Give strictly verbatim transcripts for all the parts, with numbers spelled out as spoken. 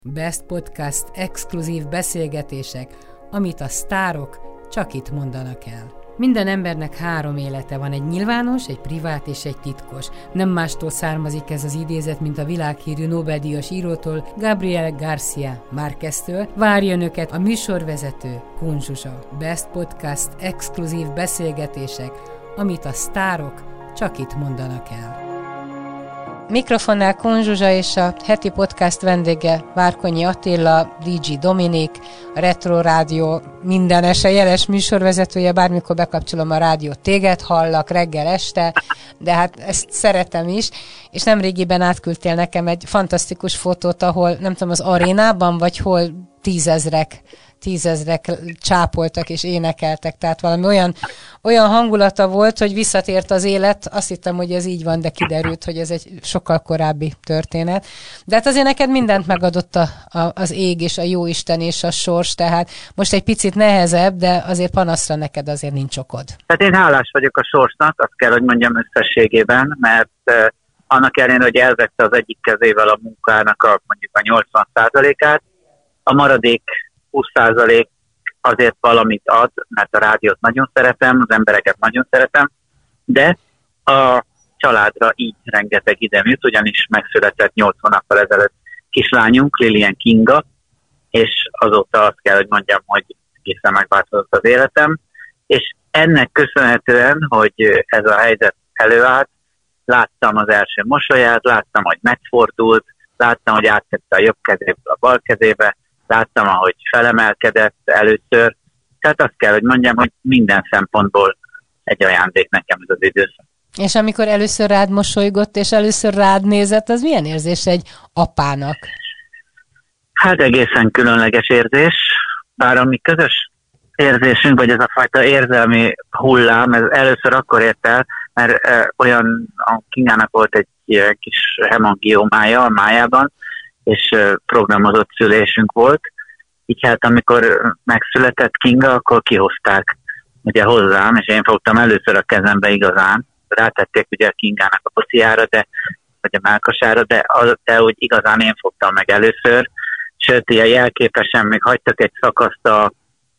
Best Podcast exkluzív beszélgetések, amit a sztárok csak itt mondanak el. Minden embernek három élete van, egy nyilvános, egy privát és egy titkos. Nem mástól származik ez az idézet, mint a világhírű Nobel-díjas írótól, Gabriel García Márqueztől. Várja önöket a műsorvezető, Kun Zsuzsa. Best Podcast exkluzív beszélgetések, amit a sztárok csak itt mondanak el. Mikrofonnál Kun Zsuzsa és a heti podcast vendége Várkonyi Attila, dé dzsé Dominik, a Retro Rádió mindenese jeles műsorvezetője, bármikor bekapcsolom a rádiót, téged hallak reggel, este, de hát ezt szeretem is, és nemrégiben átküldtél nekem egy fantasztikus fotót, ahol nem tudom, az arénában, vagy hol tízezrek tízezrek csápoltak és énekeltek, tehát valami olyan, olyan hangulata volt, hogy visszatért az élet. Azt hittem, hogy ez így van, de kiderült, hogy ez egy sokkal korábbi történet. De hát azért neked mindent megadott a, a, az ég és a jóisten és a sors, tehát most egy picit nehezebb, de azért panaszra neked azért nincs okod. Hát én hálás vagyok a sorsnak, azt kell, hogy mondjam összességében, mert uh, annak ellenére, hogy elvette az egyik kezével a munkának a mondjuk a nyolcvan százalékát, a maradék húsz százalék azért valamit ad, mert a rádiót nagyon szeretem, az embereket nagyon szeretem, de a családra így rengeteg idem jut, ugyanis megszületett nyolcvan nappal ezelőtt kislányunk, Lilian Kinga, és azóta azt kell, hogy mondjam, hogy egészen megváltozott az életem, és ennek köszönhetően, hogy ez a helyzet előállt, láttam az első mosolyát, láttam, hogy megfordult, láttam, hogy áttette a jobb kezéből a bal kezébe, láttam, ahogy felemelkedett először. Tehát azt kell, hogy mondjam, hogy minden szempontból egy ajándék nekem ez az időszak. És amikor először rád mosolygott, és először rád nézett, az milyen érzés egy apának? Hát egészen különleges érzés. Bár a mi közös érzésünk, vagy ez a fajta érzelmi hullám, ez először akkor ért el, mert e, olyan, a Kingának volt egy e, kis hemangiomája a májában, és programozott szülésünk volt. Így hát amikor megszületett Kinga, akkor kihozták ugye hozzám, és én fogtam először a kezembe igazán. Rátették ugye a Kingának a pociára, de, vagy a mellkasára, de, de úgy igazán én fogtam meg először. Sőt, ilyen jelképesen még hagytak egy szakaszt a,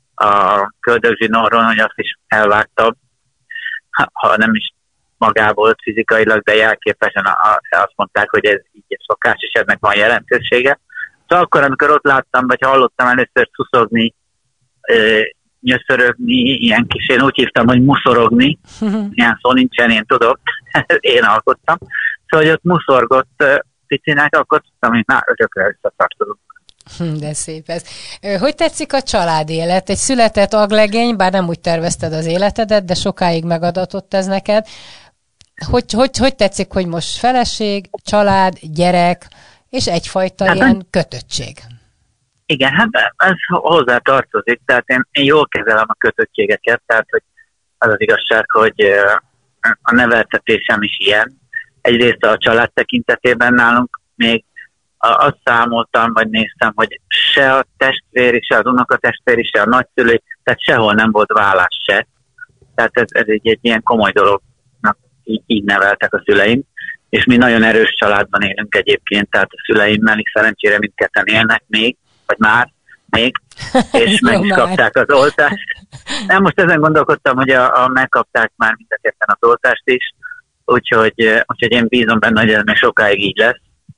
a köldögzsinóron, hogy azt is elvágtam, ha, ha nem is magából fizikailag, de jelképesen a, a, azt mondták, hogy ez így egy szokás, és ennek van jelentősége. Szóval akkor, amikor ott láttam, vagy hallottam először szuszogni, ö, nyöszörögni, ilyen kis, én úgy hívtam, hogy muszorogni, ilyen szó nincsen, én tudok, én alkottam. Szóval, hogy ott muszorgott picinek, akkor tudtam, hogy na, örökre összetartozunk. De szép ez. Hogy tetszik a családélet? Egy született aglegény, bár nem úgy tervezted az életedet, de sokáig megadatott ez neked. Hogy, hogy, hogy tetszik, hogy most feleség, család, gyerek, és egyfajta hát, ilyen kötöttség? Igen, hát ez hozzá tartozik, tehát én, én jól kezelem a kötöttségeket, tehát hogy az az igazság, hogy a neveltetésem is ilyen. Egyrészt a család tekintetében nálunk még azt számoltam, vagy néztem, hogy se a testvéri, se az unokatestvéri, se a nagyszülő, tehát sehol nem volt vállás se. Tehát ez, ez egy, egy ilyen komoly dolog. Így, így neveltek a szüleim, és mi nagyon erős családban élünk egyébként, tehát a szüleimmel is szerencsére mindketten élnek még, vagy már még, és meg is kapták az oltást. Nem, most ezen gondolkodtam, hogy a, a megkapták már mindketten az oltást is, úgyhogy, úgyhogy én bízom benne, hogy ez még sokáig így lesz.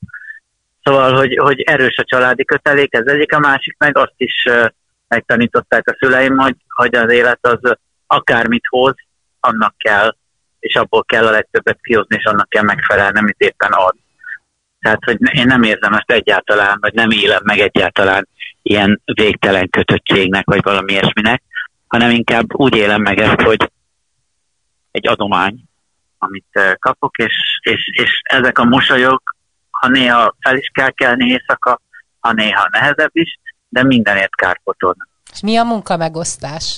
Szóval, hogy, hogy erős a családi kötelék, ez egyik, a másik meg azt is uh, megtanították a szüleim, hogy, hogy az élet az uh, akármit hoz, annak kell, és abból kell a legtöbbet kihozni, és annak kell megfelelni, amit éppen ad. Tehát, hogy én nem érzem ezt egyáltalán, vagy nem élem meg egyáltalán ilyen végtelen kötöttségnek, vagy valami ilyesminek, hanem inkább úgy élem meg ezt, hogy egy adomány, amit kapok, és, és, és ezek a mosolyok, ha néha fel is kell kelni éjszaka, ha néha nehezebb is, de mindenért kárpotolnak. És mi a munkamegosztás?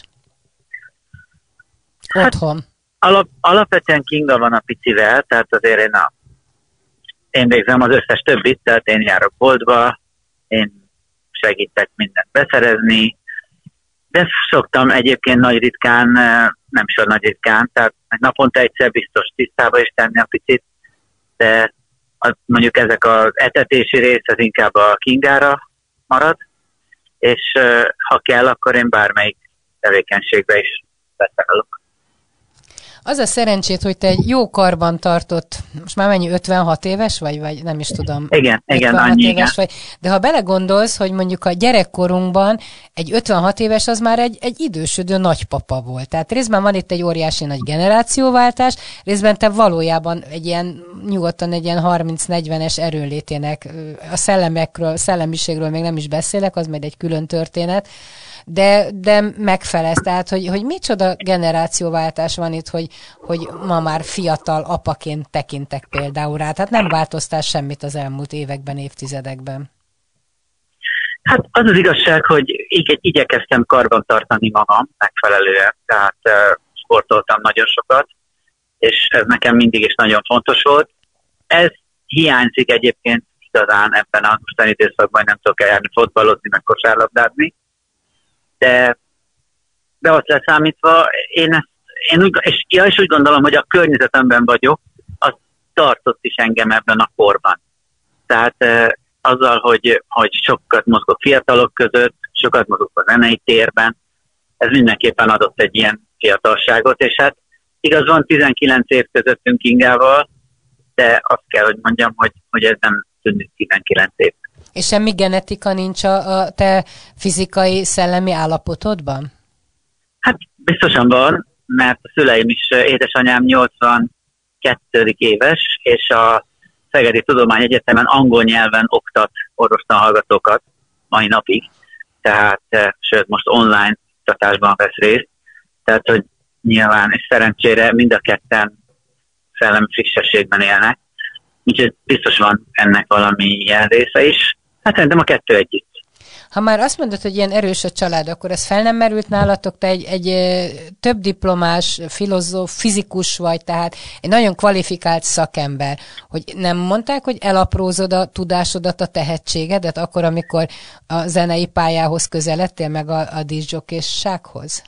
Otthon? Hát, Alap, alapvetően Kinga van a picivel, tehát azért én, a, én végzem az összes többit, tehát én járok boltba, én segítek mindent beszerezni, de szoktam egyébként nagy ritkán, nem is nagy ritkán, tehát naponta egyszer biztos tisztába is tenni a picit, de az, mondjuk ezek az etetési rész, az inkább a Kingára marad, és ha kell, akkor én bármelyik tevékenységbe is beszállok. Az a szerencsét, hogy te egy jó karban tartott, most már mennyi, ötvenhat éves vagy, vagy nem is tudom. Igen, igen, annyi, igen. Vagy. De ha belegondolsz, hogy mondjuk a gyerekkorunkban egy ötvenhat éves az már egy, egy idősödő nagypapa volt. Tehát részben van itt egy óriási nagy generációváltás, részben te valójában egy ilyen, nyugodtan egy ilyen harminc-negyvenes erőnlétének, a szellemekről, szellemiségről még nem is beszélek, az majd egy külön történet, de, de megfelez, tehát, hogy, hogy micsoda generációváltás van itt, hogy, hogy ma már fiatal apaként tekintek például rá. Tehát nem változtál semmit az elmúlt években, évtizedekben. Hát az az igazság, hogy így igyekeztem karban tartani magam megfelelően, tehát uh, sportoltam nagyon sokat, és ez nekem mindig is nagyon fontos volt. Ez hiányzik egyébként igazán ebben a mostani időszakban, nem tudok eljárni fotballozni, meg kosárlabdázni, de, de azt leszámítva, én, ezt, én úgy, és, ja, és úgy gondolom, hogy a környezetemben vagyok, az tartott is engem ebben a korban. Tehát eh, azzal, hogy, hogy sokat mozgok fiatalok között, sokat mozgok a zenei térben, ez mindenképpen adott egy ilyen fiatalságot, és hát igaz van tizenkilenc év közöttünk Ingával, de azt kell, hogy mondjam, hogy, hogy ez nem tűnik tizenkilenc év. És semmi genetika nincs a, a te fizikai, szellemi állapotodban? Hát biztosan van, mert a szüleim is, édesanyám nyolcvankettő éves, és a Szegedi Tudományegyetemen angol nyelven oktat orvostan hallgatókat mai napig, tehát sőt most online oktatásban vesz részt, tehát hogy nyilván és szerencsére mind a ketten szellemi frissességben élnek, úgyhogy biztos van ennek valami jelrésze is. Hát szerintem a kettő együtt. Ha már azt mondod, hogy ilyen erős a család, akkor ez fel nem merült nálatok? Te egy, egy több diplomás filozóf, fizikus vagy, tehát egy nagyon kvalifikált szakember, hogy nem mondták, hogy elaprózod a tudásodat, a tehetségedet, akkor, amikor a zenei pályához közeledtél, meg a, a diszsdzsokéssághoz?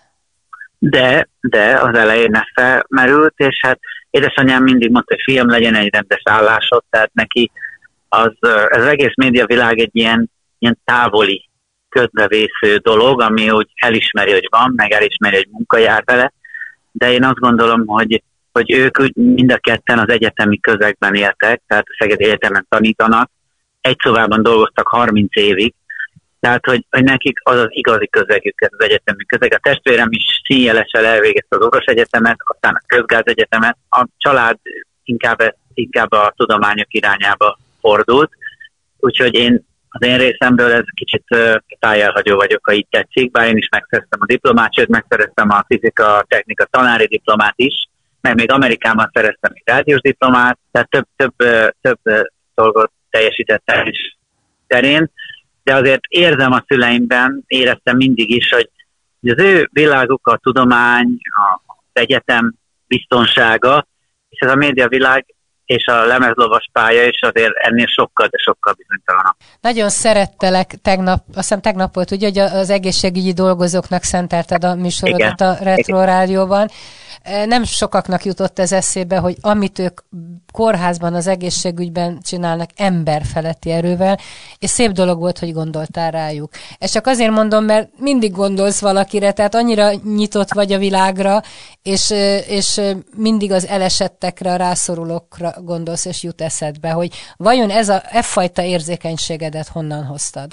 De, de az elején ez felmerült, és hát édesanyám mindig mondta, hogy fiam, legyen egy rendes állásod, tehát neki az, ez az egész médiavilág egy ilyen, ilyen távoli, közbevésző dolog, ami úgy elismeri, hogy van, meg elismeri, hogy munka jár vele, de én azt gondolom, hogy, hogy ők úgy mind a ketten az egyetemi közegben éltek, tehát a Szegedi Egyetemen tanítanak, egy szobában dolgoztak harminc évig, tehát hogy, hogy nekik az az igazi közegük, ez az egyetemi közeg. A testvérem is színjelesen elvégezte az orvosegyetemet, aztán a közgázegyetemet, a család inkább, inkább a tudományok irányába fordult, úgyhogy én az én részemről ez kicsit uh, tájjelhagyó vagyok, ha így tetszik, bár én is megszereztem a diplomát, sőt megszereztem a fizika, technika tanári diplomát is, meg még Amerikában szereztem egy rádiós diplomát, tehát több, több, uh, több uh, dolgot teljesítettem is terén, de azért érzem a szüleimben, éreztem mindig is, hogy az ő világuk, a tudomány, az egyetem biztonsága, és ez a médiavilág és a lemezlovas pálya is azért ennél sokkal, de sokkal bizonytalanabb. Nagyon szerettelek tegnap, azt hiszem tegnap volt, ugye, hogy az egészségügyi dolgozóknak szentelted a műsorodat a Retro Rádióban. Nem sokaknak jutott ez eszébe, hogy amit ők kórházban, az egészségügyben csinálnak emberfeletti erővel, és szép dolog volt, hogy gondoltál rájuk. Ezt csak azért mondom, mert mindig gondolsz valakire, tehát annyira nyitott vagy a világra, és, és mindig az elesettekre, a rászorulókra gondolsz, és jut eszedbe, hogy vajon ez a e fajta érzékenységedet honnan hoztad?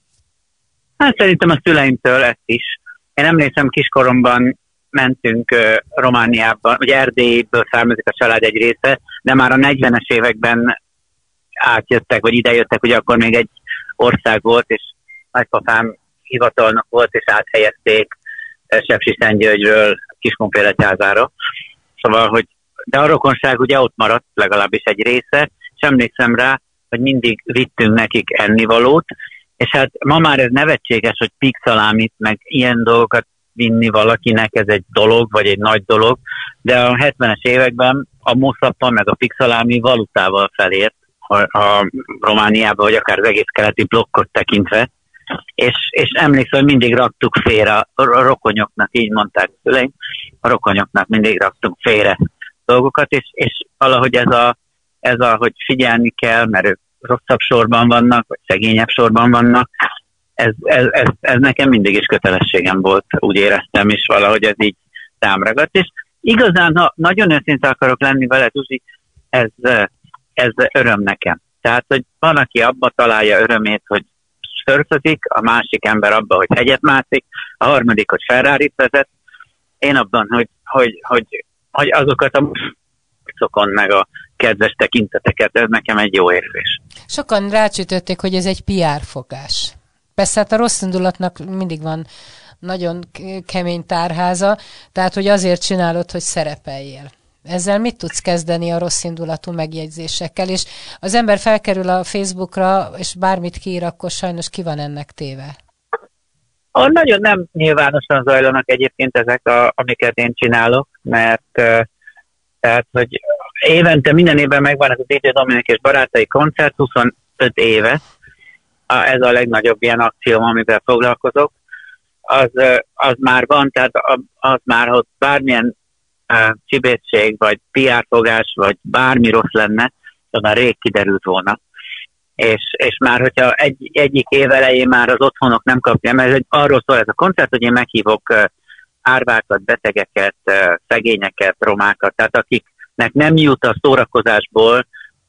Hát szerintem a szüleimtől ezt is. Én emlékszem, kiskoromban mentünk uh, Romániában, ugye Erdélyből származik a család egy része, de már a negyvenes években átjöttek, vagy idejöttek, ugye akkor még egy ország volt, és nagypapám hivatalnok volt, és áthelyezték uh, Sepsiszentgyörgyről Kiskunfélegyházára. Szóval, hogy de a rokonság ugye ott maradt, legalábbis egy része, és emlékszem rá, hogy mindig vittünk nekik ennivalót, és hát ma már ez nevetséges, hogy pixalámit, meg ilyen dolgokat vinni valakinek, ez egy dolog, vagy egy nagy dolog, de a hetvenes években a moszappa meg a pixalámi valutával felért a, a Romániába, vagy akár az egész keleti blokkot tekintve, és, és emlékszem, hogy mindig raktuk félre a rokonyoknak, így mondták szüleim, a rokonyoknak mindig raktunk félre dolgokat, és, és valahogy ez a, ez a, hogy figyelni kell, mert ők rosszabb sorban vannak, vagy szegényebb sorban vannak, ez, ez, ez, ez nekem mindig is kötelességem volt, úgy éreztem, és valahogy ez így számragadt. És igazán, ha nagyon őszinte akarok lenni vele, Zsuzsi, ez, ez öröm nekem. Tehát, hogy van, aki abba találja örömét, hogy szörfözik, a másik ember abban, hogy hegyet mászik, a harmadik, hogy Ferrarit vezet. Én abban, hogy, hogy, hogy, hogy azokat a szokon meg a kedves tekinteteket, ez nekem egy jó érzés. Sokan rácsütötték, hogy ez egy pé er fogás. Persze hát a rossz indulatnak mindig van nagyon kemény tárháza, tehát hogy azért csinálod, hogy szerepeljél. Ezzel mit tudsz kezdeni a rossz indulatú megjegyzésekkel? És az ember felkerül a Facebookra, és bármit kiír, akkor sajnos ki van ennek téve? A nagyon nem nyilvánosan zajlanak egyébként ezek, a, amiket én csinálok, mert uh, tehát, hogy évente, minden évben megvan ez a dé dzsé Dominik és barátai koncert, huszonöt éve. A, ez a legnagyobb ilyen akcióm, amivel foglalkozok. Az, uh, az már van, tehát az már, hogy bármilyen uh, csibészség, vagy pé er fogás, vagy bármi rossz lenne, az már rég kiderült volna. És, és már, hogyha egy, egyik év elején már az otthonok nem kapják, mert ez egy, arról szól ez a koncert, hogy én meghívok uh, árvákat, betegeket, uh, szegényeket, romákat, tehát akiknek nem jut a szórakozásból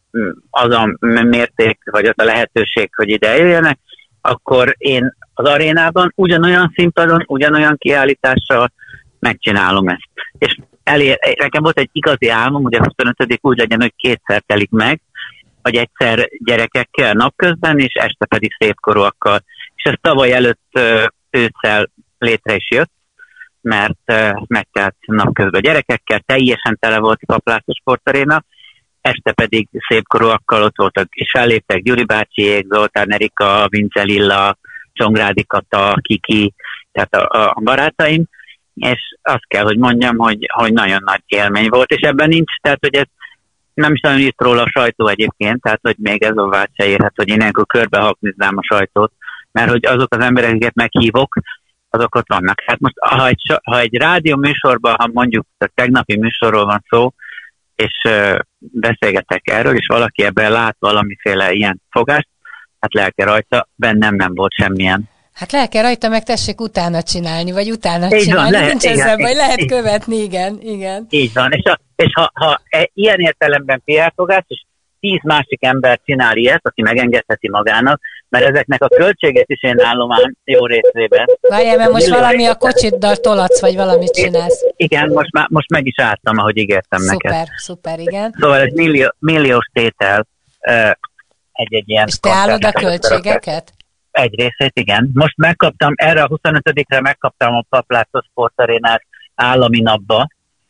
az a mérték, vagy az a lehetőség, hogy ide jöjjenek, akkor én az arénában ugyanolyan színpadon, ugyanolyan kiállítással megcsinálom ezt. És elér, nekem volt egy igazi álmom, ugye a huszonötödik úgy legyen, hogy kétszer telik meg, vagy egyszer gyerekekkel napközben, és este pedig szépkorúakkal. És ez tavaly előtt ősszel létre is jött, mert megtelt napközben gyerekekkel, teljesen tele volt a Paplászos Sportaréna, este pedig szépkorúakkal ott voltak, és felléptek Gyuri bácsiék, Zoltán Erika, Vince Lilla, Csongrádi Kata, Kiki, tehát a, a barátaim, és azt kell, hogy mondjam, hogy, hogy nagyon nagy élmény volt, és ebben nincs, tehát hogy ez nem is nagyon írt róla a sajtó egyébként, tehát hogy még ez a vád se érhet, hogy én ilyenkor körbe hakniznám a sajtót, mert hogy azok az emberek, akiket meghívok, azok ott vannak. Hát most, ha egy, ha egy rádió műsorban, ha mondjuk a tegnapi műsorról van szó, és uh, beszélgetek erről, és valaki ebben lát valamiféle ilyen fogást, hát lelke rajta, bennem nem volt semmilyen. Hát lelke rajta, meg tessék utána csinálni, vagy utána így csinálni, van, lehet, nincs igen, ezzel, vagy lehet így, követni, igen, igen. Így van, és, a, és ha, ha e, ilyen értelemben pé er fogás, és tíz másik ember csinál ilyet, aki megengedheti magának, mert ezeknek a költséget is én állom ám jó részében. Várjál, mert most valami a kocsiddal tolatsz, vagy valamit csinálsz. Igen, most, má, most meg is álltam, ahogy ígértem szuper, neked. Szuper, szuper, igen. Szóval ez millió, milliós tétel uh, egy-egy ilyen... És te állod a költségeket? Egy részét, igen. Most megkaptam, erre a huszonötödikre megkaptam a Paplászos Sportarénát állami napba,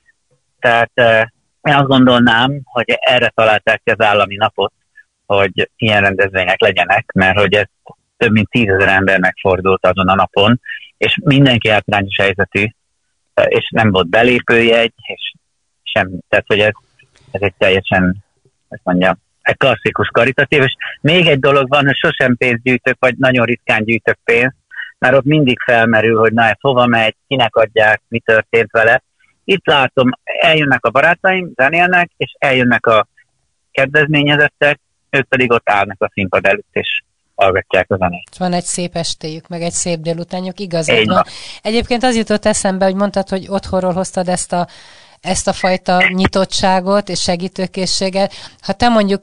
tehát uh, én azt gondolnám, hogy erre találták ki az állami napot, hogy ilyen rendezvények legyenek, mert hogy ez több mint tízezer embernek fordult azon a napon, és mindenki hátrányos helyzetű, és nem volt belépőjegy, és semmi. Tehát, hogy ez, ez egy teljesen, ezt mondjam, egy klasszikus karitatív, és még egy dolog van, hogy sosem pénzt gyűjtök, vagy nagyon ritkán gyűjtök pénzt, mert ott mindig felmerül, hogy na, ez hova megy, kinek adják, mi történt vele. Itt látom, eljönnek a barátaim, zenélnek, és eljönnek a kedvezményezettek, ők pedig ott állnak a színpad előtt, és hallgatják a zenét. Van egy szép estéjük, meg egy szép délutánjuk, igazad van. Egyébként az jutott eszembe, hogy mondtad, hogy otthonról hoztad ezt a, ezt a fajta nyitottságot és segítőkészséget. Ha te mondjuk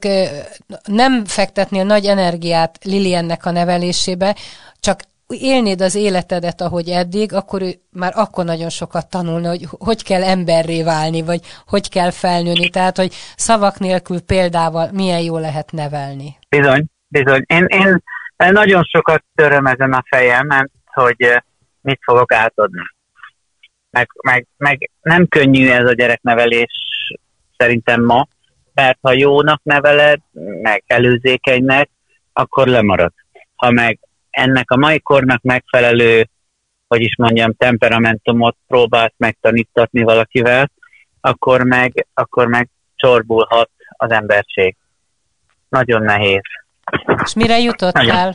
nem fektetnél nagy energiát Liliennek a nevelésébe, csak élnéd az életedet, ahogy eddig, akkor ő már akkor nagyon sokat tanulna, hogy hogy kell emberré válni, vagy hogy kell felnőni. Tehát, hogy szavak nélkül példával milyen jó lehet nevelni. Bizony, bizony. Én, én nagyon sokat töröm ezen a fejemen, hogy mit fogok átadni. Meg, meg, meg nem könnyű ez a gyereknevelés szerintem ma, mert ha jónak neveled, meg előzékenynek, akkor lemarad. Ha meg ennek a mai kornak megfelelő, hogy is mondjam, temperamentumot próbálsz megtanítatni valakivel, akkor meg, akkor meg csorbulhat az emberség. Nagyon nehéz. És mire jutottál? Nagyon.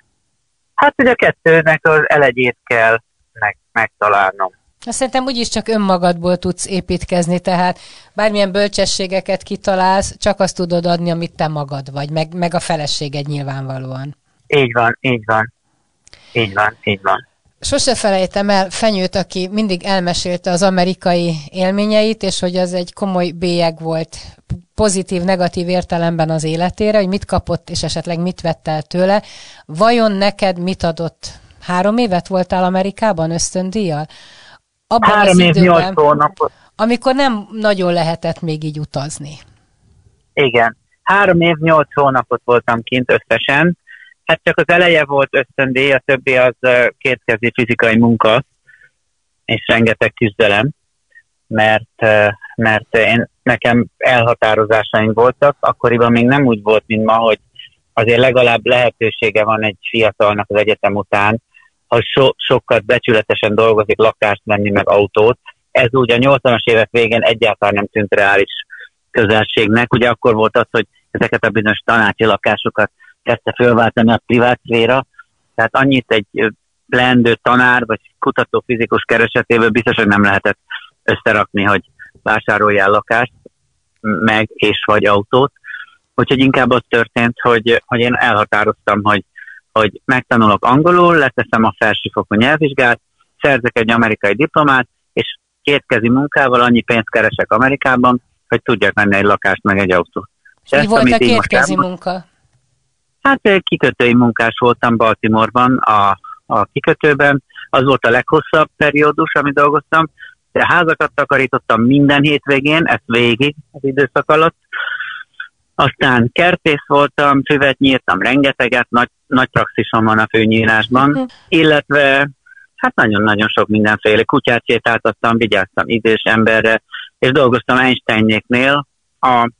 Hát, hogy a kettőnek az elegyét kell meg, megtalálnom. Azt szerintem úgyis csak önmagadból tudsz építkezni, tehát bármilyen bölcsességeket kitalálsz, csak azt tudod adni, amit te magad vagy, meg, meg a feleséged nyilvánvalóan. Így van, így van. Így van, így van. Sose felejtem el Fenyőt, aki mindig elmesélte az amerikai élményeit, és hogy az egy komoly bélyeg volt pozitív, negatív értelemben az életére, hogy mit kapott, és esetleg mit vett el tőle. Vajon neked mit adott? Három évet voltál Amerikában ösztöndíjjal? Abban Három év, nyolc hónapot. Amikor nem nagyon lehetett még így utazni. Igen. Három év, nyolc hónapot voltam kint összesen. Hát csak az eleje volt ösztöndíj, a többi az kétkezi fizikai munka, és rengeteg küzdelem, mert, mert én, nekem elhatározásaim voltak. Akkoriban még nem úgy volt, mint ma, hogy azért legalább lehetősége van egy fiatalnak az egyetem után, ha so, sokat becsületesen dolgozik, lakást venni, meg autót. Ez úgy a nyolcvanas évek végén egyáltalán nem tűnt reális közelségnek. Ugye akkor volt az, hogy ezeket a bizonyos tanácsi lakásokat kezdte fölváltani a privát szféra, tehát annyit egy leendő tanár vagy kutatófizikus keresetéből biztos, hogy nem lehetett összerakni, hogy vásároljál lakást, meg és vagy autót. Úgyhogy inkább az történt, hogy, hogy én elhatároztam, hogy, hogy megtanulok angolul, leteszem a felsőfokú nyelvvizsgát, szerzek egy amerikai diplomát, és kétkezi munkával annyi pénzt keresek Amerikában, hogy tudjak venni egy lakást, meg egy autót. Mi volt a kétkezi munka? Hát kikötői munkás voltam Baltimoreban, a, a kikötőben. Az volt a leghosszabb periódus, amit dolgoztam. De házakat takarítottam minden hétvégén, ezt végig az időszak alatt. Aztán kertész voltam, füvet nyírtam rengeteget, nagy, nagy praxisom van a fűnyírásban, uh-huh. illetve hát nagyon-nagyon sok mindenféle. Kutyát sétáltattam, vigyáztam idős emberre, és dolgoztam Einsteinnéknél. A,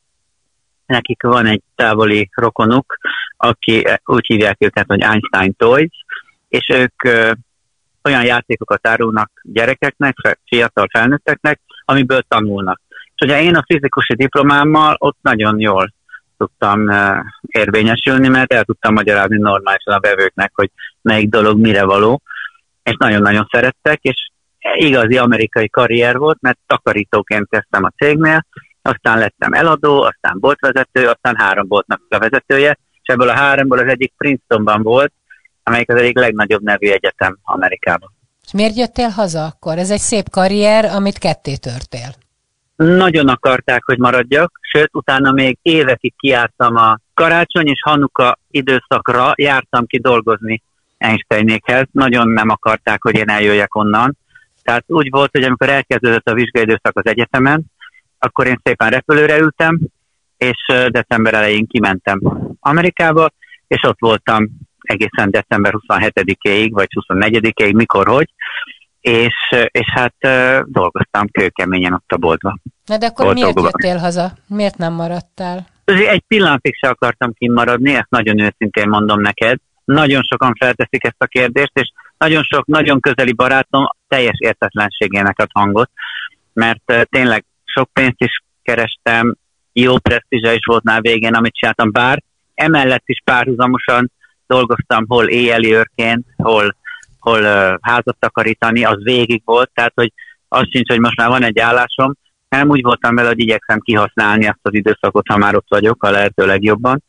nekik van egy távoli rokonuk, aki úgy hívják őket, hogy Einstein Toys, és ők ö, olyan játékokat árulnak gyerekeknek, fiatal felnőtteknek, amiből tanulnak. És ugye én a fizikusi diplomámmal ott nagyon jól tudtam ö, érvényesülni, mert el tudtam magyarázni normálisan a vevőknek, hogy melyik dolog mire való, és nagyon-nagyon szerettek, és igazi amerikai karrier volt, mert takarítóként kezdtem a cégnél, aztán lettem eladó, aztán boltvezető, aztán három boltnak a vezetője, és ebből a háromból az egyik Princetonban volt, amelyik az egyik legnagyobb nevű egyetem Amerikában. És miért jöttél haza akkor? Ez egy szép karrier, amit ketté törtél. Nagyon akarták, hogy maradjak, sőt, utána még évekig kiártam a karácsony és Hanuka időszakra, jártam ki dolgozni Einsteinékhez. Nagyon nem akarták, hogy én eljöjjek onnan. Tehát úgy volt, hogy amikor elkezdődött a vizsgaidőszak az egyetemen, akkor én szépen repülőre ültem, és december elején kimentem Amerikába, és ott voltam egészen december huszonhetedikéig, vagy huszonnegyedikéig, mikor, hogy, és, és hát dolgoztam kőkeményen ott a boltban. Na de akkor miért jöttél haza? Miért nem maradtál? Egy pillanatig se akartam kimaradni, ezt nagyon őszintén mondom neked. Nagyon sokan felteszik ezt a kérdést, és nagyon sok, nagyon közeli barátom teljes értetlenségének ad hangot, mert tényleg sok pénzt is kerestem, jó presztízse is volt már végén, amit csináltam, bár emellett is párhuzamosan dolgoztam, hol éjjeli őrként, hol, hol uh, házat takarítani, az végig volt, tehát hogy az sincs, hogy most már van egy állásom, nem úgy voltam vele, hogy igyekszem kihasználni azt az időszakot, ha már ott vagyok, a lehető legjobban,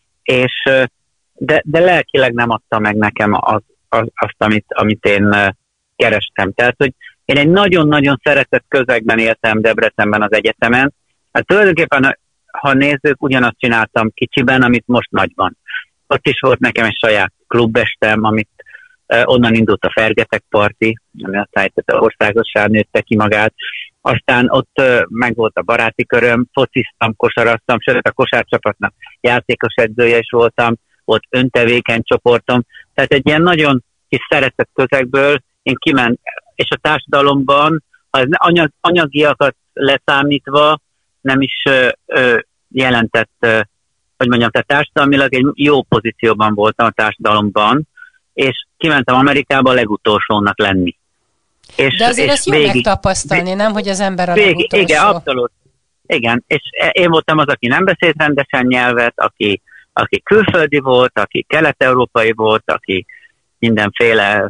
és uh, de, de lelkileg nem adta meg nekem az, az, azt, amit, amit én uh, kerestem. Tehát, hogy én egy nagyon-nagyon szeretett közegben éltem Debrecenben az egyetemen. Hát tulajdonképpen, ha nézzük, ugyanazt csináltam kicsiben, amit most nagyban. Ott is volt nekem egy saját klubestem, amit eh, onnan indult a Fergetek Parti, ami aztán országossá nőtte ki magát. Aztán ott eh, meg volt a baráti köröm, fociztam, kosaraztam, sőt a kosárcsapatnak játékos edzője is voltam, volt öntevékeny csoportom. Tehát egy ilyen nagyon kis szeretett közegből én kiment, és a társadalomban, az anyag, anyagiakat leszámítva nem is ö, ö, jelentett, ö, hogy mondjam, tehát társadalmilag egy jó pozícióban voltam a társadalomban, és kimentem Amerikába a legutolsónak lenni. És, de azért és ezt jó végig, megtapasztalni, nem, hogy az ember a végig, legutolsó. Igen, abszolút. Igen, és én voltam az, aki nem beszélt rendesen nyelvet, aki, aki külföldi volt, aki kelet-európai volt, aki mindenféle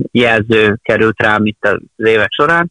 jelző került rám itt az évek során,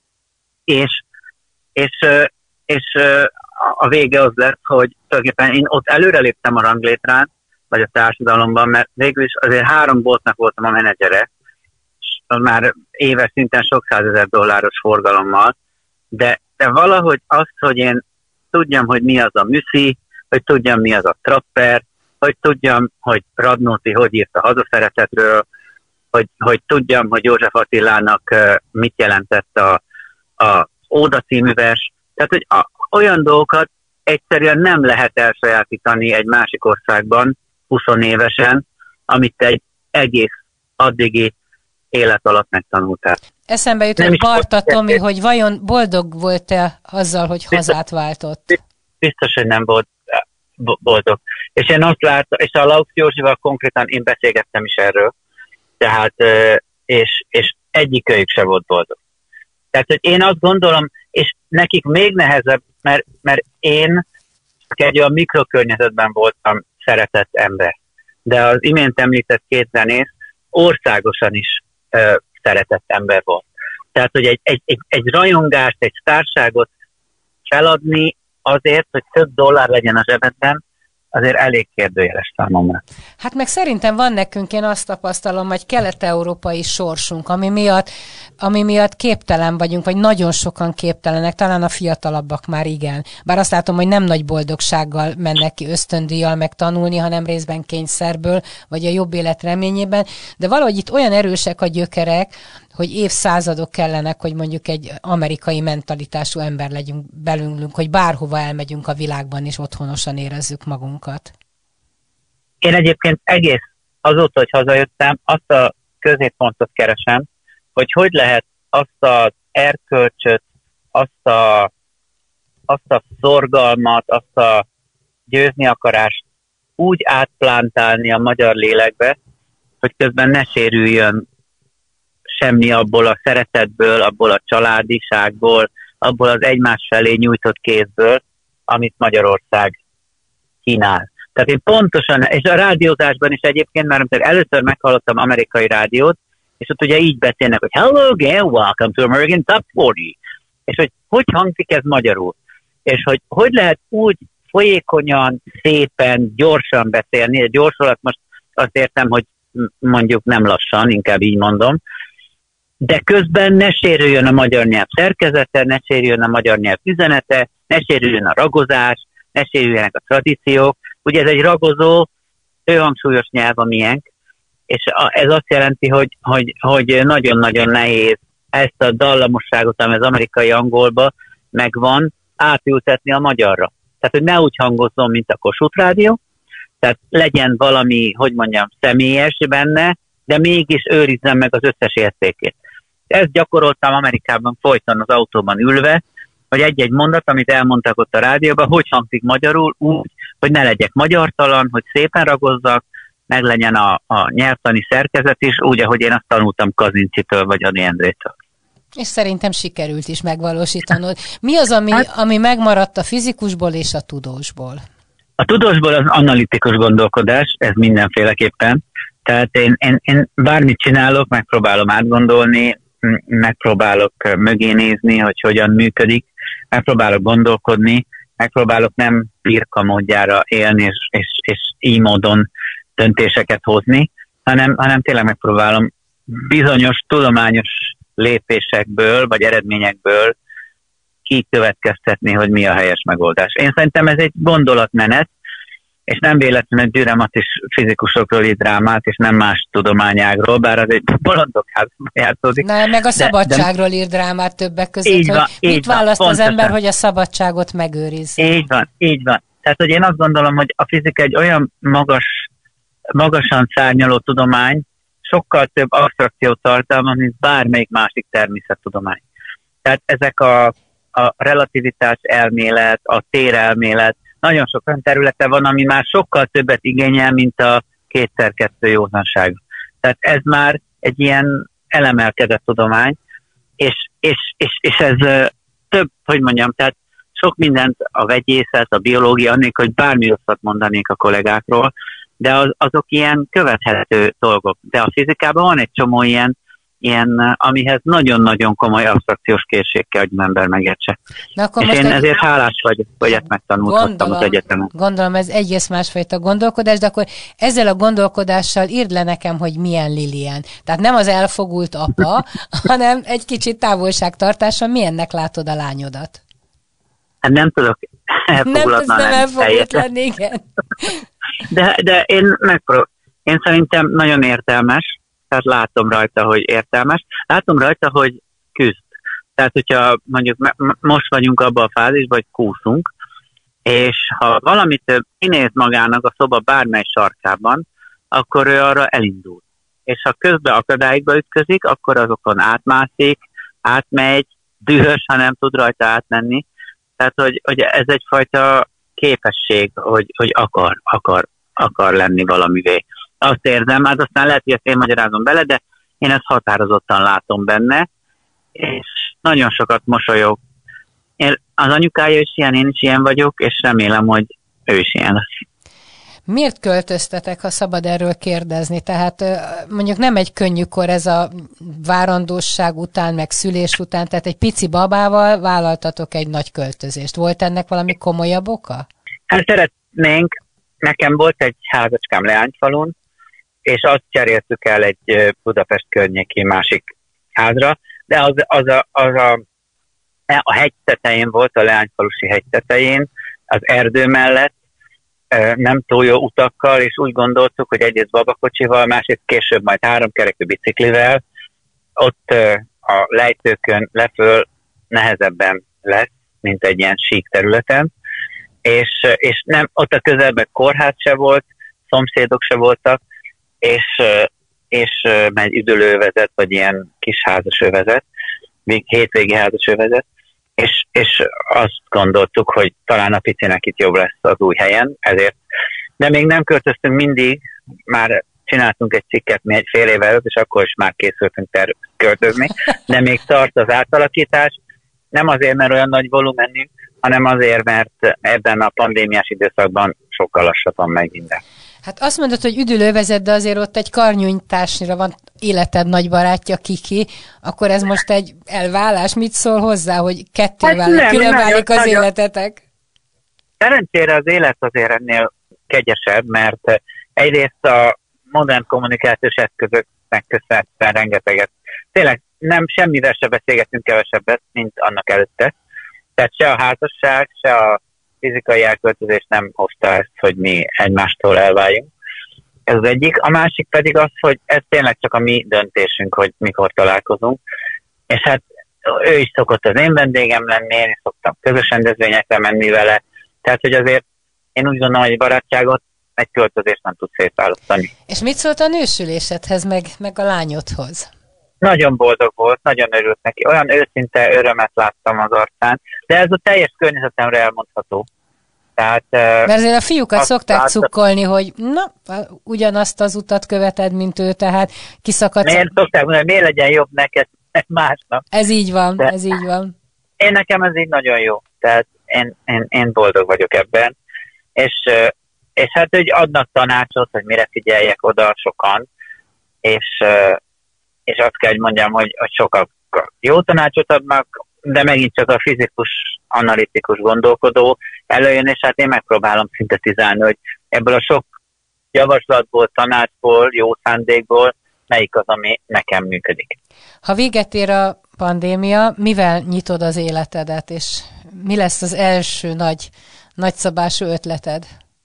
és, és, és a vége az lett, hogy tulajdonképpen én ott előreléptem a ranglétrán, vagy a társadalomban, mert végül is azért három boltnak voltam a menedzsere, és már éves szinten sok százezer dolláros forgalommal, de, de valahogy azt, hogy én tudjam, hogy mi az a műszi, hogy tudjam, mi az a trapper, hogy tudjam, hogy Radnóti hogy írt a Hazaszeretetről, hogy, hogy tudjam, hogy József Attilának uh, mit jelentett a, a Óda című vers. Tehát, hogy a, olyan dolgokat egyszerűen nem lehet elsajátítani egy másik országban, húsz évesen, amit egy egész addigi élet alatt megtanultál. Eszembe jutott Barta Tomi, hogy vajon boldog volt-e azzal, hogy hazát váltott? Biztos, hogy nem volt boldog. És én azt láttam, és a Laux Józsival konkrétan én beszélgettem is erről, tehát, és, és egyikőjük se volt boldog. Tehát, hogy én azt gondolom, és nekik még nehezebb, mert, mert én egy olyan mikrokörnyezetben voltam szeretett ember. De az imént említett két zenész országosan is ö, szeretett ember volt. Tehát, hogy egy, egy, egy, egy rajongást, egy sztárságot feladni azért, hogy több dollár legyen a zsebedben, azért elég kérdőjeles számomra. Hát meg szerintem van nekünk, én azt tapasztalom, hogy kelet-európai sorsunk, ami miatt, ami miatt képtelen vagyunk, vagy nagyon sokan képtelenek, talán a fiatalabbak már igen. Bár azt látom, hogy nem nagy boldogsággal mennek ki ösztöndíjjal meg tanulni, hanem részben kényszerből, vagy a jobb élet reményében, de valahogy itt olyan erősek a gyökerek, hogy évszázadok kellenek, hogy mondjuk egy amerikai mentalitású ember legyünk belőlünk, hogy bárhova elmegyünk a világban, és otthonosan érezzük magunkat. Én egyébként egész azóta, hogy hazajöttem, azt a középpontot keresem, hogy hogy lehet azt az erkölcsöt, azt a, azt a szorgalmat, azt a győzni akarást úgy átplántálni a magyar lélekbe, hogy közben ne sérüljön semmi abból a szeretetből, abból a családiságból, abból az egymás felé nyújtott kézből, amit Magyarország kínál. Tehát én pontosan, és a rádiózásban is egyébként, mert amikor először meghallottam amerikai rádiót, és ott ugye így beszélnek, hogy hello again, welcome to American Top húsz. És hogy hogy hangzik ez magyarul? És hogy hogy lehet úgy folyékonyan, szépen, gyorsan beszélni, a gyorsulat most azt értem, hogy mondjuk nem lassan, inkább így mondom, de közben ne sérüljön a magyar nyelv szerkezete, ne sérüljön a magyar nyelv üzenete, ne sérüljön a ragozás, ne sérüljenek a tradíciók. Ugye ez egy ragozó, főhangsúlyos nyelv a miénk, és ez azt jelenti, hogy, hogy, hogy nagyon-nagyon nehéz ezt a dallamosságot, ami az amerikai angolba megvan, átültetni a magyarra. Tehát, hogy ne úgy hangozzon, mint a Kossuth Rádió, tehát legyen valami, hogy mondjam, személyes benne, de mégis őrizzen meg az összes értékét. Ezt gyakoroltam Amerikában folyton az autóban ülve, hogy egy-egy mondat, amit elmondtak ott a rádióban, hogy hangzik magyarul, úgy, hogy ne legyek magyartalan, hogy szépen ragozzak, meg legyen a, a nyelvtani szerkezet is, úgy, ahogy én azt tanultam Kazincitől vagy Adi Endrétől. És szerintem sikerült is megvalósítanod. Mi az, ami, hát, ami megmaradt a fizikusból és a tudósból? A tudósból az analitikus gondolkodás, ez mindenféleképpen. Tehát én, én, én bármit csinálok, megpróbálom átgondolni, megpróbálok mögé nézni, hogy hogyan működik, megpróbálok gondolkodni, megpróbálok nem pirka módjára élni, és, és, és így módon döntéseket hozni, hanem, hanem tényleg megpróbálom bizonyos tudományos lépésekből, vagy eredményekből kikövetkeztetni, hogy mi a helyes megoldás. Én szerintem ez egy gondolatmenet, és nem véletlenül Düremat is fizikusokról ír drámát, és nem más tudományágról, bár az egy bolondok házban játszódik. Na, meg a szabadságról de, ír drámát többek között, így van, hogy mit választ van, az ember, hogy a szabadságot megőriz. Így van, így van. Tehát, hogy én azt gondolom, hogy a fizika egy olyan magas, magasan szárnyaló tudomány, sokkal több abstrakciót tartalmaz, mint bármelyik másik természettudomány. Tehát ezek a, a relativitás elmélet, a térelmélet, nagyon sok olyan területe van, ami már sokkal többet igényel, mint a kétszer kettő józanság. Tehát ez már egy ilyen elemelkedett tudomány, és, és, és, és ez több, hogy mondjam, tehát sok mindent a vegyészet, a biológia, annélkül, hogy bármi rosszat mondanék a kollégákról, de az, azok ilyen követhető dolgok. De a fizikában van egy csomó ilyen, ilyen, amihez nagyon-nagyon komoly absztrakciós készség kell, hogy az ember megértse. És én ezért egy... hálás vagyok, hogy ezt megtanulhattam az egyetemen. Gondolom, ez egész másfajta gondolkodás, de akkor ezzel a gondolkodással írd le nekem, hogy milyen Lilian. Tehát nem az elfogult apa, hanem egy kicsit távolságtartása. Milyennek látod a lányodat? Hát nem tudok elfogulatlan nem, nem elfogult lenni, igen. De, de én megpróbálom. Én szerintem nagyon értelmes, tehát látom rajta, hogy értelmes. Látom rajta, hogy küzd. Tehát, hogyha mondjuk most vagyunk abban a fázisban, hogy kúszunk, és ha valamit kinéz magának a szoba bármely sarkában, akkor ő arra elindul. És ha közben akadályokba ütközik, akkor azokon átmászik, átmegy, dühös, ha nem tud rajta átmenni. Tehát, hogy, hogy ez egyfajta képesség, hogy, hogy akar, akar, akar lenni valamivé. Azt érzem, hát aztán lehet, hogy ezt én magyarázom bele, de én ezt határozottan látom benne, és nagyon sokat mosolyog. Én, az anyukája is ilyen, én is ilyen vagyok, és remélem, hogy ő is ilyen lesz. Miért költöztetek, ha szabad erről kérdezni? Tehát mondjuk nem egy könnyű kor ez a várandóság után, meg szülés után, tehát egy pici babával vállaltatok egy nagy költözést. Volt ennek valami komolyabb oka? Hát szeretnénk, nekem volt egy házacskám Leányfalun, és azt cseréltük el egy Budapest környéki másik házra, de az, az, a, az a, a hegy tetején volt, a Leányfalusi hegy tetején, az erdő mellett, nem túl jó utakkal, és úgy gondoltuk, hogy egyrészt babakocsival, másrészt később majd háromkerekű biciklivel, ott a lejtőkön leföl nehezebben lesz, mint egy ilyen sík területen, és, és nem, ott a közelben kórház se volt, szomszédok se voltak, és, és egy üdülővezet, vagy ilyen kis házas övezet, hétvégi házas övezet, és, és azt gondoltuk, hogy talán a picinek itt jobb lesz az új helyen, ezért. De még nem költöztünk mindig, már csináltunk egy cikket mi egy fél évvel előtt, és akkor is már készültünk ter- költözni, de még tart az átalakítás, nem azért, mert olyan nagy volumenű, hanem azért, mert ebben a pandémiás időszakban sokkal lassabban megy minden. Hát azt mondod, hogy üdülővezet, de azért ott egy karnyújtásnyira van életed nagy barátja, Kiki, akkor ez most egy elválás. Mit szól hozzá, hogy ketté hát válik, külön válik az nagyon, életetek? Szerencsére az élet azért ennél kegyesebb, mert egyrészt a modern kommunikációs eszközöknek köszönhetően rengeteget. Tényleg nem semmivel se beszélgetünk kevesebbet, mint annak előtte. Tehát se a házasság, se a fizikai elköltözés nem hozta ezt, hogy mi egymástól elváljunk. Ez az egyik. A másik pedig az, hogy ez tényleg csak a mi döntésünk, hogy mikor találkozunk. És hát ő is szokott az én vendégem lenni, én is szoktam közös rendezvényekre menni vele. Tehát, hogy azért én úgy gondolom, hogy barátságot, egy költözést nem tud szétválasztani. És mit szólt a nősülésedhez, meg, meg a lányodhoz? Nagyon boldog volt, nagyon örült neki. Olyan őszinte örömet láttam az arcán, de ez a teljes környezetemre elmondható. Tehát, mert azért a fiúkat szokták láttam, cukkolni, hogy na, ugyanazt az utat követed, mint ő, tehát kiszakadsz. Miért szokták mondani, hogy miért legyen jobb neked másnak? Ez így van, de ez így van. Én nekem ez így nagyon jó, tehát én, én, én boldog vagyok ebben, és, és hát, hogy adnak tanácsot, hogy mire figyeljek oda sokan, és és azt kell, hogy mondjam, hogy, hogy sokak jó tanácsot adnak, de megint csak a fizikus, analitikus gondolkodó előjön, és hát én megpróbálom szintetizálni, hogy ebből a sok javaslatból, tanácsból, jó szándékból melyik az, ami nekem működik. Ha véget ér a pandémia, mivel nyitod az életedet, és mi lesz az első nagy, nagyszabású ötleted?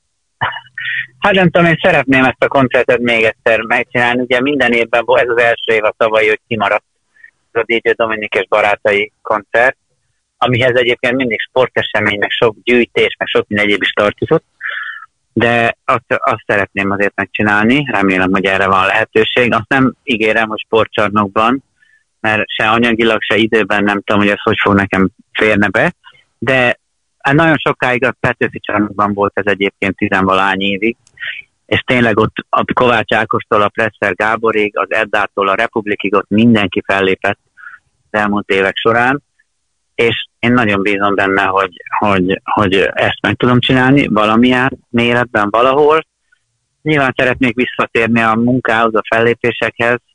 Hát nem tudom, én szeretném ezt a koncertet még egyszer megcsinálni. Ugye minden évben, ez az első év a tavalyi, hogy kimaradt ez a dé dzsé Dominik és barátai koncert, amihez egyébként mindig sportesemény, meg sok gyűjtés, meg sok minden egyéb is tartozott. De azt, azt szeretném azért megcsinálni, remélem, hogy erre van lehetőség. Azt nem ígérem, hogy sportcsarnokban, mert se anyagilag, se időben nem tudom, hogy ez hogy fog nekem férne be, de hát nagyon sokáig a Petőfi csarnokban volt ez egyébként tizenvalány évig, és tényleg ott a Kovács Ákostól a Presser Gáborig, az Eddától a Republikig ott mindenki fellépett az elmúlt évek során, és én nagyon bízom benne, hogy, hogy, hogy ezt meg tudom csinálni valamilyen méretben valahol. Nyilván szeretnék visszatérni a munkához, a fellépésekhez,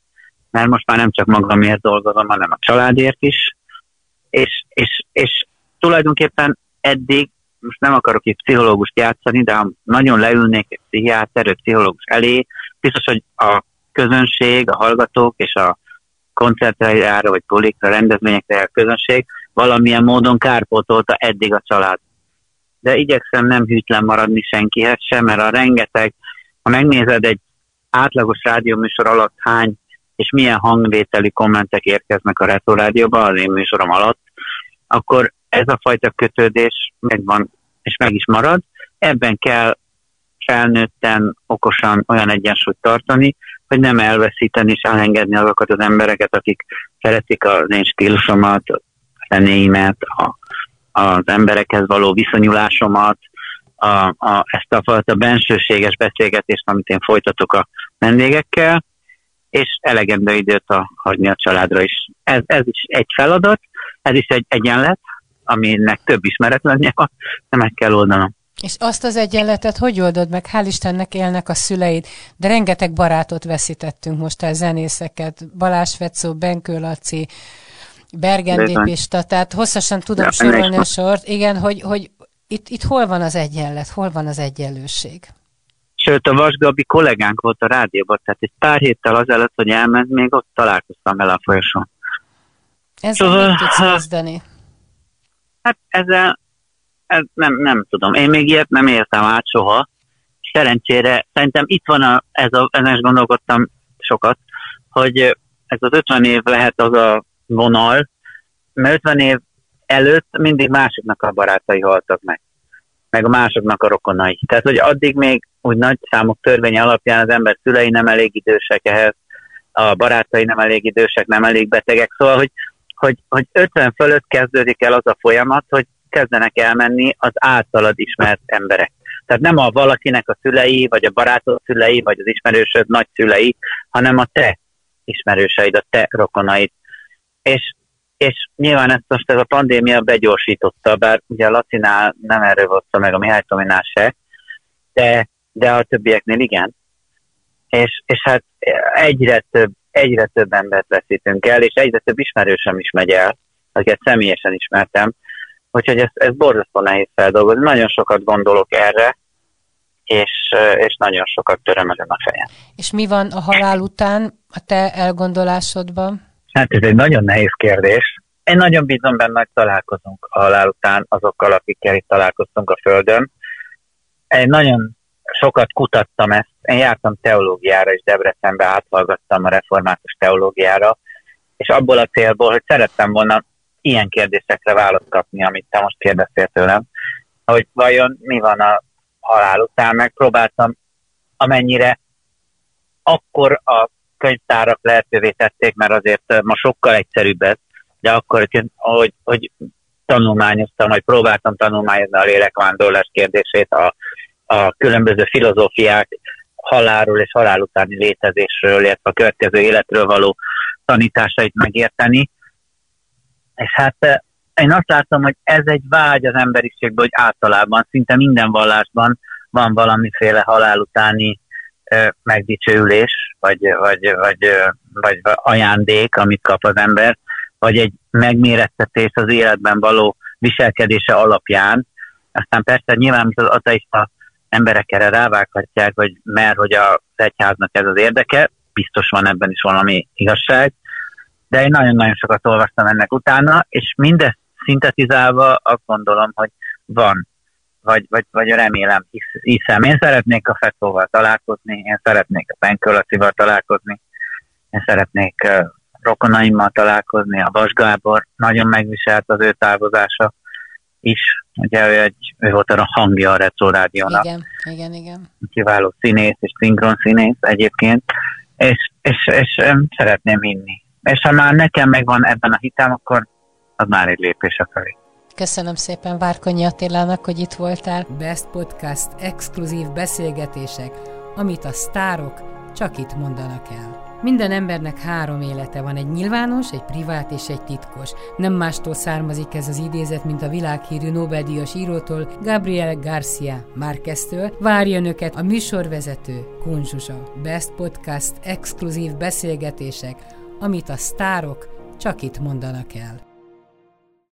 mert most már nem csak magamért dolgozom, hanem a családért is, és, és, és tulajdonképpen eddig, most nem akarok itt pszichológust játszani, de ha nagyon leülnék egy pszichiáter, egy pszichológus elé, biztos, hogy a közönség, a hallgatók és a koncertjára, vagy bulikra, rendezvényekre a közönség valamilyen módon kárpótolta eddig a család. De igyekszem nem hűtlen maradni senkihez sem, mert a rengeteg, ha megnézed egy átlagos rádióműsor alatt hány és milyen hangvételi kommentek érkeznek a Retro Rádióba az én műsorom alatt, akkor ez a fajta kötődés megvan, és meg is marad. Ebben kell felnőtten, okosan olyan egyensúlyt tartani, hogy nem elveszíteni és elengedni azokat az embereket, akik szeretik az én stílusomat, a zenéimet, a, az emberekhez való viszonyulásomat, a, a, ezt a fajta bensőséges beszélgetést, amit én folytatok a vendégekkel, és elegendő időt a, hagyni a családra is. Ez, ez is egy feladat, ez is egy egyenlet, aminek több ismeretlenje van, de meg kell oldanom. És azt az egyenletet hogy oldod meg? Hál' Istennek élnek a szüleid, de rengeteg barátot veszítettünk most el, zenészeket, Balázs Fecó, Benkő Laci, Bergendé Pista, tehát hosszasan tudom ja, sorolni a sort. Igen, hogy, hogy itt, itt hol van az egyenlet, hol van az egyenlőség? Sőt, a Vas Gabi kollégánk volt a rádióban, tehát egy pár héttel azelőtt, hogy elment, még ott találkoztam vele a folyosón. Ezzel szóval, mit tudsz kezdeni? Hát ezzel ez nem, nem tudom. Én még ilyet nem értem át soha. Szerencsére szerintem itt van, a, ez a, ezen is gondolkodtam sokat, hogy ez az ötven év lehet az a vonal, mert ötven év előtt mindig másoknak a barátai haltak meg, meg a másoknak a rokonai. Tehát, hogy addig még úgy nagy számok törvény alapján az ember szülei nem elég idősek ehhez, a barátai nem elég idősek, nem elég betegek, szóval, hogy, hogy, hogy ötven fölött kezdődik el az a folyamat, hogy kezdenek elmenni az általad ismert emberek. Tehát nem a valakinek a szülei, vagy a barátod szülei, vagy az ismerősöd nagyszülei, hanem a te ismerőseid, a te rokonaid. És, és nyilván ezt most ez a pandémia begyorsította, bár ugye a Lacinál nem erről volt szó, meg a Mihály Tominál se, de, de a többieknél igen. És, és hát egyre több, egyre több embert veszítünk el, és egyre több ismerősöm is megy el, akiket személyesen ismertem, úgyhogy ez, ez borzasztó nehéz feldolgozni. Nagyon sokat gondolok erre, és, és nagyon sokat töröm ezen a fejem. És mi van a halál után a te elgondolásodban? Hát ez egy nagyon nehéz kérdés. Én nagyon bízom benne, hogy találkozunk a halál után azokkal, akikkel itt találkoztunk a Földön. Én nagyon sokat kutattam ezt. Én jártam teológiára, és Debrecenbe áthallgattam a református teológiára, és abból a célból, hogy szerettem volna ilyen kérdésekre választ kapni, amit te most kérdeztél tőlem, hogy vajon mi van a halál után. Megpróbáltam, amennyire akkor a könyvtárak lehetővé tették, mert azért ma sokkal egyszerűbb ez, de akkor, hogy, hogy tanulmányoztam, vagy próbáltam tanulmányozni a lélekvándorlás kérdését, a, a különböző filozófiák halálról és halál utáni létezésről, illetve a következő életről való tanításait megérteni. És hát én azt látom, hogy ez egy vágy az emberiségben, hogy általában szinte minden vallásban van valamiféle halál utáni ö, megdicsőülés, vagy, vagy, vagy, ö, vagy ajándék, amit kap az ember, vagy egy megmérettetés az életben való viselkedése alapján. Aztán persze nyilván az ateista emberek erre rávághatják, hogy mert hogy az egyháznak ez az érdeke, biztos van ebben is valami igazság, de én nagyon-nagyon sokat olvastam ennek utána, és mindezt szintetizálva azt gondolom, hogy van, vagy, vagy, vagy remélem, hisz, hiszem. Én szeretnék a Fecóval találkozni, én szeretnék a Benkő Lacival találkozni, én szeretnék uh, rokonaimmal találkozni, a Vas Gábor nagyon megviselt az ő távozása is, ugye ő, egy, ő volt a hangja a Retro Rádiónak. Igen, igen, igen. Kiváló színész és szinkron színész egyébként, és, és, és um, szeretném hinni. És ha már nekem megvan ebben a hitem, akkor az már egy lépés a felé. Köszönöm szépen Várkonyi Attilának, hogy itt voltál. Best Podcast exkluzív beszélgetések, amit a sztárok csak itt mondanak el. Minden embernek három élete van, egy nyilvános, egy privát és egy titkos. Nem mástól származik ez az idézet, mint a világhírű Nobel-díjas írótól, Gabriel García Márqueztől. Várja önöket a műsorvezető, Kun Zsuzsa. Best Podcast exkluzív beszélgetések, amit a sztárok csak itt mondanak el.